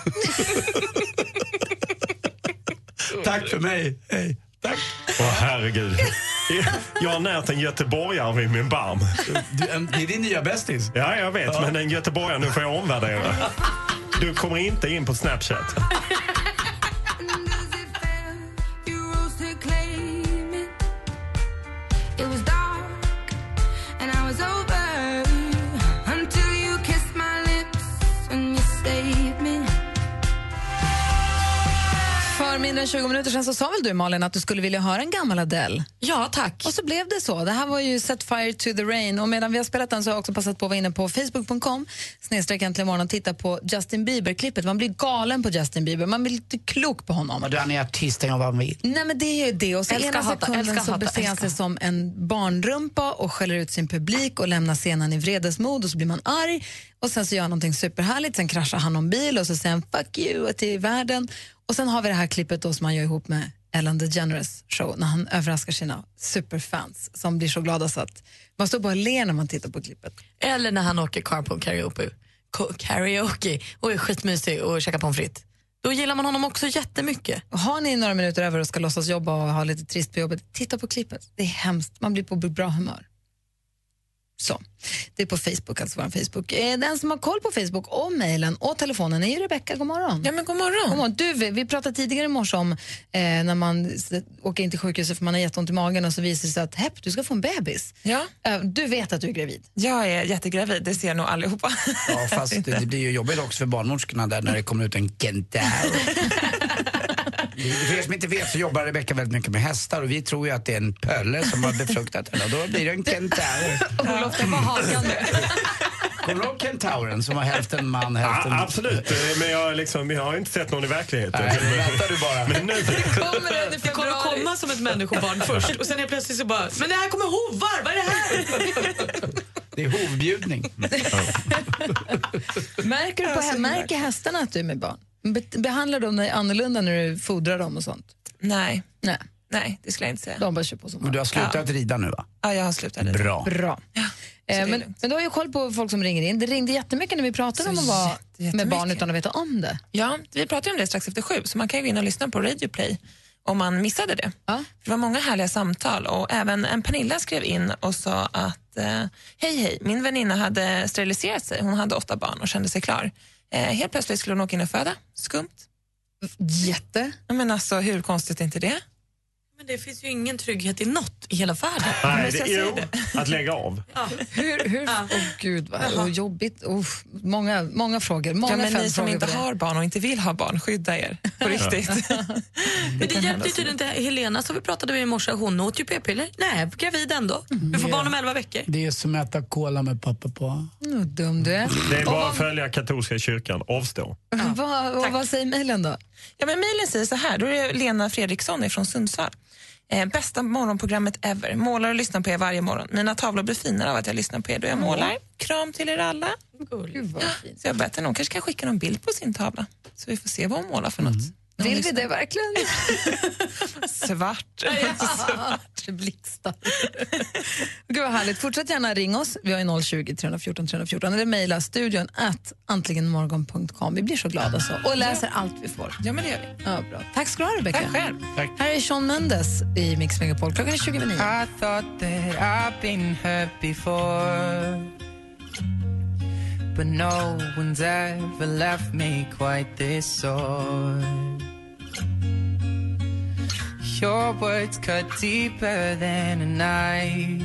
Speaker 9: Tack för mig. Hej. Tack.
Speaker 10: Herregud. Jag har närt en göteborgare vid min barm.
Speaker 9: Det är din nya bästis.
Speaker 10: Ja, jag vet, men en göteborgare, nu får jag omvärdera. Du kommer inte in på Snapchat.
Speaker 8: mindre än 20 minuter sedan så sa väl du, Malin, att du skulle vilja höra en gammal Adele?
Speaker 5: Ja, tack.
Speaker 8: Och så blev det så. Det här var ju Set Fire to the Rain. Och medan vi har spelat den så har jag också passat på att vara inne på facebook.com/äntligen och titta på Justin Bieber-klippet. Man blir galen på Justin Bieber. Man blir lite klok på honom.
Speaker 9: Och han är artisten av vad han vill.
Speaker 8: Nej, men det är ju det. Och så ena sekunden så beter han sig som en barnrumpa och skäller ut sin publik och lämnar scenen i vredesmod och så blir man arg. Och sen så gör han någonting superhärligt. Sen kraschar han om bil och så säger han fuck you till världen. Och sen har vi det här klippet då som han gör ihop med Ellen DeGeneres show när han överraskar sina superfans som blir så glada så att man står bara och ler när man tittar på klippet.
Speaker 5: Eller när han åker carpool karaoke och är skitmysig och käkar pommes frites. Då gillar man honom också jättemycket.
Speaker 8: Har ni några minuter över och ska låtsas jobba och ha lite trist på jobbet, titta på klippet. Det är hemskt. Man blir på bra humör. Så, det är på Facebook, alltså vår Facebook. Den som har koll på Facebook och mejlen och telefonen är ju Rebecca. God morgon.
Speaker 19: Ja, men god morgon.
Speaker 8: God morgon. Du, vi pratade tidigare i morse om när man åker in till sjukhuset för man har jätteont i magen och så visar det sig att du ska få en bebis.
Speaker 19: Ja.
Speaker 8: Du vet att du är gravid.
Speaker 19: Jag är jättegravid, det ser nog allihopa.
Speaker 9: Ja, fast det blir ju jobbigt också för barnmorskorna där när det kommer ut en kentaur. För er som inte vet så jobbar Rebecca väldigt mycket med hästar och vi tror ju att det är en pölle som har befruktat henne och då blir det en kentaur.
Speaker 8: Olof, det var hakan nu.
Speaker 9: Kommer du ihåg kentauren som var hälften man, hälften...
Speaker 10: Ja, absolut, men jag har inte sett någon i verkligheten.
Speaker 9: Nej, det väntar du bara.
Speaker 10: Men nu...
Speaker 5: Det kommer komma som ett människobarn först och sen är plötsligt så bara, men det här kommer hovar, vad är det här?
Speaker 9: Det är hovbjudning.
Speaker 8: Märker hästarna att du är med barn? Behandlar de dig annorlunda när du fodrar dem och sånt?
Speaker 19: Nej, det skulle jag inte säga.
Speaker 8: De bara kör på som
Speaker 9: men du har slutat rida nu, va?
Speaker 19: Ja, jag har slutat rida.
Speaker 9: Bra.
Speaker 19: Ja,
Speaker 8: men du har ju koll på folk som ringer in. Det ringde jättemycket när vi pratade om att vara med barn utan att veta om det.
Speaker 19: Ja, vi pratade om det strax efter 7, så man kan ju gå in och lyssna på Radio Play om man missade det.
Speaker 8: Ja.
Speaker 19: Det var många härliga samtal och även en Pernilla skrev in och sa att hej, min väninna hade steriliserat sig. Hon hade 8 barn och kände sig klar. Helt plötsligt skulle hon åka in och föda. Skumt. Men alltså, hur konstigt är inte det?
Speaker 5: Men det finns ju ingen trygghet i något i hela världen.
Speaker 10: Nej, det är ju att lägga av.
Speaker 5: Ja.
Speaker 8: Hur? Gud, vad jobbigt. Många frågor. Många
Speaker 19: men ni som inte har barn och inte vill ha barn, skydda er. På riktigt.
Speaker 5: Men det hjälpte ju tydligen inte Helena som vi pratade med i morse. Hon åt ju p-piller. Nej, gravid ändå. Vi får barn om 11 veckor.
Speaker 9: Det är som att äta cola med pappa på.
Speaker 8: Dum du är.
Speaker 10: Det är bara att följa katolska kyrkan. Avstå.
Speaker 8: Vad säger mejlen då?
Speaker 19: Ja, men mejlen säger så här. Då är det Lena Fredriksson från Sundsvall. Bästa morgonprogrammet ever. Målar och lyssnar på er varje morgon. Mina tavlor blir finare av att jag lyssnar på er då jag målar. Kram till er alla. Så jag bett hon kanske kan skicka någon bild på sin tavla. Så vi får se vad hon målar för något.
Speaker 8: Vill vi det verkligen?
Speaker 19: Svart.
Speaker 8: Svart blixtar. Gud vad härligt. Fortsätt gärna ringa oss. Vi har 020-314 314 eller mejla studion @antligenmorgon.com. Vi blir så glada så. Och läser allt vi får.
Speaker 19: Ja, men det gör vi.
Speaker 8: Ja, bra. Tack ska du ha, Rebecca.
Speaker 19: Tack själv.
Speaker 9: Tack.
Speaker 8: Här är Shawn Mendes i Mix Megapol. Klockan är 20:09.
Speaker 11: I thought that I've been hurt before, but no one's ever left me quite this sore. Your words cut deeper than a knife.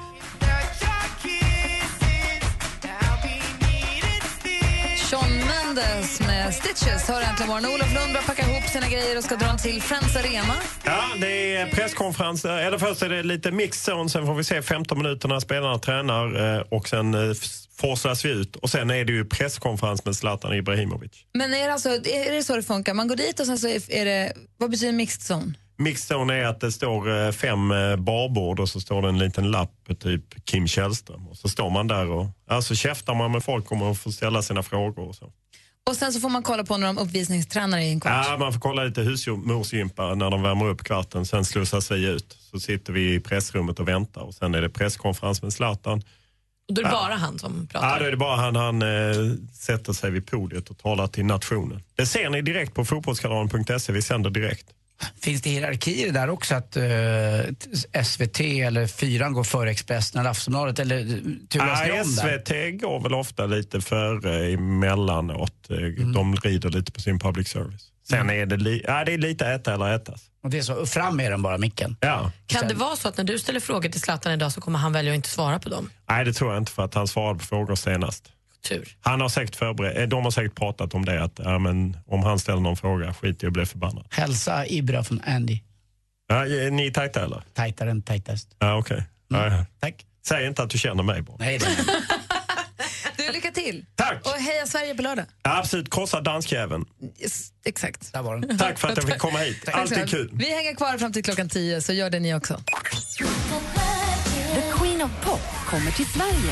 Speaker 8: Shawn Mendes med Stitches hör äntligen morgon. Olof Lundberg packar ihop sina grejer och ska dra till Friends Arena.
Speaker 10: Ja, det är presskonferens. Eller först är det lite mixed zone, sen får vi se 15 minuter när spelarna tränar och sen forslas vi ut. Och sen är det ju presskonferens med Zlatan Ibrahimovic.
Speaker 8: Men är det så det funkar? Man går dit och sen så är det... Vad betyder mixed zone?
Speaker 10: Mixed zone är att det står 5 barbord och så står det en liten lapp, typ Kim Källström. Och så står man där och alltså käftar man med folk och man får ställa sina frågor och så.
Speaker 8: Och sen så får man kolla på när de uppvisningstränar i en kvart.
Speaker 10: Ja, man får kolla lite husmorsgympa när de värmer upp kvarten. Sen slussas vi ut. Så sitter vi i pressrummet och väntar. Och sen är det presskonferens med Zlatan.
Speaker 5: Och då är det bara han som pratar?
Speaker 10: Ja, då är det bara han. Han sätter sig vid podiet och talar till nationen. Det ser ni direkt på fotbollskanalen.se. Vi sänder direkt.
Speaker 9: Finns det hierarkier där också att SVT eller 4 går före Expressen eller Aftonbladet eller turas ni om där?
Speaker 10: SVT går väl ofta lite före emellanåt. De rider lite på sin public service. Sen är det, det är lite äta eller ätas.
Speaker 9: Och det är så, fram med den bara, micken.
Speaker 10: Ja.
Speaker 5: Kan det vara så att när du ställer frågor till Zlatan idag så kommer han välja att inte svara på dem?
Speaker 10: Nej, det tror jag inte för att han svarade på frågor senast.
Speaker 5: Tur.
Speaker 10: Han har säkert de har säkert pratat om det, att men, om han ställer någon fråga, skit i att bli förbannad.
Speaker 9: Hälsa Ibra från Andy.
Speaker 10: Ja, är ni tajta eller?
Speaker 9: Tajtare än tajtast.
Speaker 10: Ja, okej.
Speaker 9: Tack.
Speaker 10: Säg inte att du känner mig bara.
Speaker 9: Nej,
Speaker 8: Du, lycka till.
Speaker 10: Tack.
Speaker 8: Och heja Sverige på lördag.
Speaker 10: Ja, absolut, krossa danskjäveln.
Speaker 8: Yes, exakt.
Speaker 9: Där var den.
Speaker 10: Tack för att jag fick komma hit. Alltid kul.
Speaker 8: Vi hänger kvar fram till klockan 10, så gör det ni också.
Speaker 4: The Queen of Pop kommer till Sverige.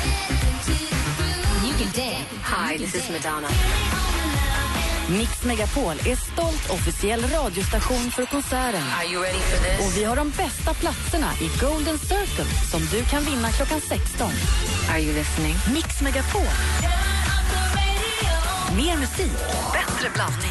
Speaker 4: You can dance. Hi, this is Madonna. Mix Megapol är stolt officiell radiostation för konserten.
Speaker 1: Are you ready for this?
Speaker 4: Och vi har de bästa platserna i Golden Circle som du kan vinna klockan 16.
Speaker 1: Are you listening?
Speaker 4: Mix Megapol. Mer musik, bättre blandning.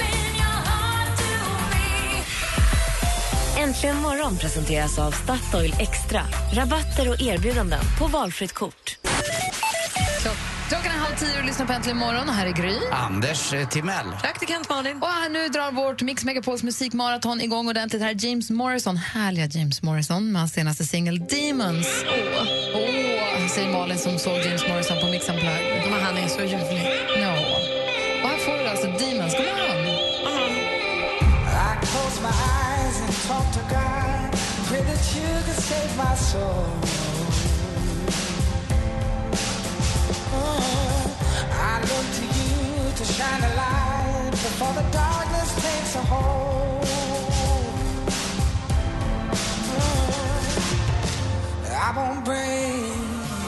Speaker 4: Äntligen morgon presenteras av Statoil Extra. Rabatter och erbjudanden på valfritt kort.
Speaker 8: Klockan är 9:30 och lyssnar på Äntligen morgon och här är Gry.
Speaker 9: Anders Timell.
Speaker 5: Praktikant Malin.
Speaker 8: Och här nu drar vårt Mix Megapols musikmaraton igång ordentligt. Här är James Morrison, härliga James Morrison med hans senaste singel Demons. Säger Malin som såg James Morrison på Mix Unplugged.
Speaker 5: Men han är så ljuvlig.
Speaker 8: Ja. Och här får du alltså Demons. God morgon.
Speaker 11: I close my eyes and talk to God. Pray that you could save my soul. I look to you to shine a light before the darkness takes a hold. I won't break.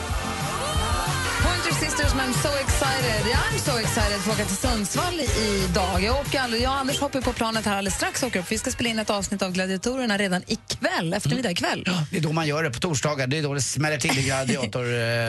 Speaker 8: Pointer Sisters, I'm so excited. I'm so excited för att åka till Sundsvall idag. Jag och Anders hoppar på planet här alldeles strax. Vi ska spela in ett avsnitt av Gladiatorerna redan ikväll, eftermiddag ikväll.
Speaker 9: Ja, det är då man gör det, på torsdagar. Det är då det smäller till i Gladiator,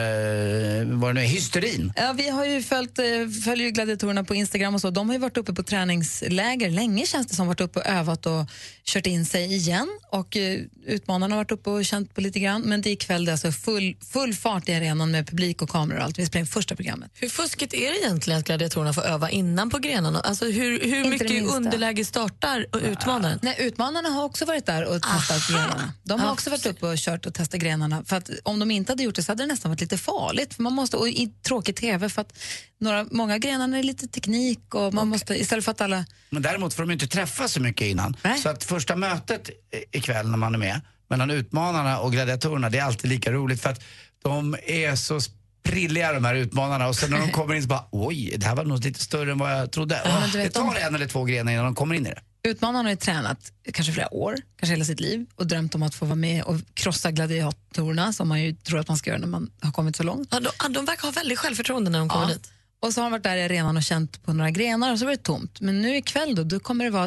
Speaker 9: vad det nu är, hysterin.
Speaker 8: Ja, vi har ju följer Gladiatorerna på Instagram och så. De har ju varit uppe på träningsläger länge, känns det som, varit uppe och övat och kört in sig igen. Och utmanarna har varit uppe och känt på lite grann. Men det är ikväll, det är alltså full fart i arenan med publik och kameror och allt. Vi spelar in första programmet.
Speaker 5: Hur fuskigt är det egentligen att gladiatorerna får öva innan på grenarna? Alltså hur mycket underläge startar utmanaren?
Speaker 8: Nej, utmanarna har också varit där och testat grenarna. De har också varit uppe och kört och testat grenarna. För att om de inte hade gjort det så hade det nästan varit lite farligt. För man måste, och i tråkig tv, för att många grenarna är lite teknik och man måste, istället för att alla...
Speaker 9: Men däremot får de inte träffa så mycket innan. Nej. Så att första mötet ikväll när man är med mellan utmanarna och gladiatorerna, det är alltid lika roligt för att de är så prilliga, de här utmanarna, och sen när de kommer in så bara, oj, det här var nog lite större än vad jag trodde. Det tar en eller två grenar innan de kommer in i det.
Speaker 8: Utmanarna har ju tränat kanske flera år, kanske hela sitt liv, och drömt om att få vara med och krossa gladiatorerna, som man ju tror att man ska göra när man har kommit så långt.
Speaker 5: Ja, de verkar ha väldigt självförtroende när de kommer dit.
Speaker 8: Och så har de varit där i arenan och känt på några grenar och så var det tomt. Men nu ikväll då kommer det vara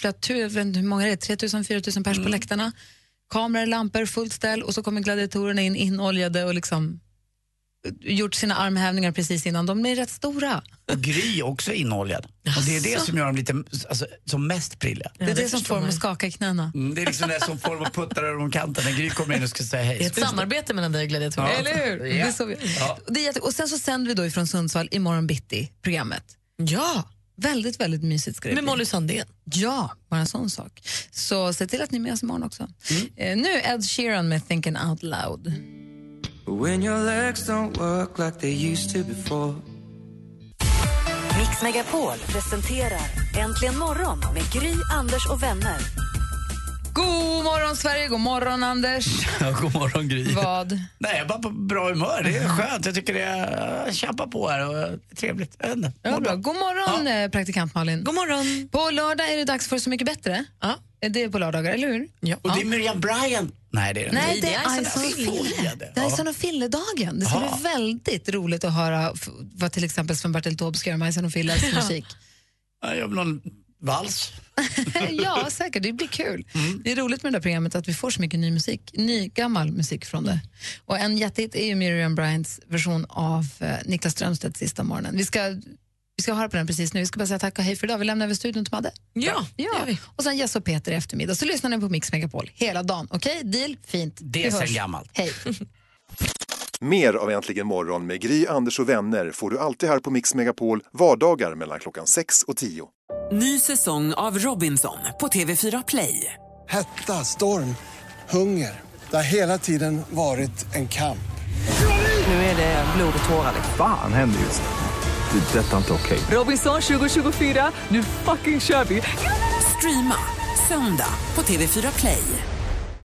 Speaker 8: hur många är det? 3000-4000 pers på läktarna. Kameror, lampor, fullt ställ, och så kommer gladiatorerna in inoljade och liksom gjort sina armhävningar precis innan. De är rätt stora.
Speaker 9: Och Gry också inoljad. Och det är det som gör dem lite som mest prilliga.
Speaker 8: Det är det som får dem att skaka i knäna.
Speaker 9: Det är liksom det som får dem att puttra över om kanten när Gry kommer in och ska säga hej.
Speaker 5: Det är ett samarbete mellan dig och gladiatorerna.
Speaker 8: Eller hur? Ja. Det är så vi... Och sen så sänder vi då ifrån Sundsvall imorgon bitti programmet.
Speaker 5: Ja.
Speaker 8: Väldigt, väldigt mysigt ska det
Speaker 5: med
Speaker 8: bli.
Speaker 5: Molly Sandén.
Speaker 8: Ja, bara en sån sak. Så se till att ni är med oss imorgon också. Nu Ed Sheeran med Thinking Out Loud.
Speaker 11: When your legs don't work like they used to before.
Speaker 4: Mix Megapol presenterar Äntligen morgon med Gry, Anders och vänner.
Speaker 8: God morgon Sverige, god morgon Anders.
Speaker 9: Ja, god morgon Gry.
Speaker 8: Vad?
Speaker 9: Nej, jag är bara på bra humör, det är skönt. Jag tycker det är kämpa på här och det är trevligt.
Speaker 8: Ja, bra. God morgon praktikant Malin.
Speaker 5: God morgon.
Speaker 8: På lördag är det dags för Så mycket bättre. Ja. Det är på lördagar, eller hur?
Speaker 5: Ja.
Speaker 9: Och det är Miriam Bryant. Nej, det är det
Speaker 8: inte. Det är Ison och Fille-dagen. Det ska bli väldigt roligt att höra vad till exempel Sven-Bertil Taube ska göra med Ison och Filles musik.
Speaker 9: Jag vill någon vals.
Speaker 8: Ja, säkert. Det blir kul. Det är roligt med det här programmet att vi får så mycket ny gammal musik från det. Och en jättehit är ju Miriam Bryants version av Niklas Strömstedt Sista morgonen. Vi ska höra på den precis nu. Vi ska bara säga tack och hej för idag. Vi lämnar över studion till Madde.
Speaker 5: Ja.
Speaker 8: Och sen Jess och Peter i eftermiddag. Så lyssnar ni på Mix Megapol hela dagen. Okej? Deal? Fint.
Speaker 9: Det är sen gammalt.
Speaker 8: Hej.
Speaker 18: Mer av Äntligen morgon med Gry, Anders och vänner får du alltid här på Mix Megapol vardagar mellan klockan 6 och 10.
Speaker 1: Ny säsong av Robinson på TV4 Play.
Speaker 2: Hetta, storm, hunger. Det har hela tiden varit en kamp.
Speaker 1: Nu är det blod och tårar.
Speaker 3: Fan händer just det. Det är detta inte okej.
Speaker 1: Robinson 2024, nu fucking kör vi! Streama söndag på TV4 Play.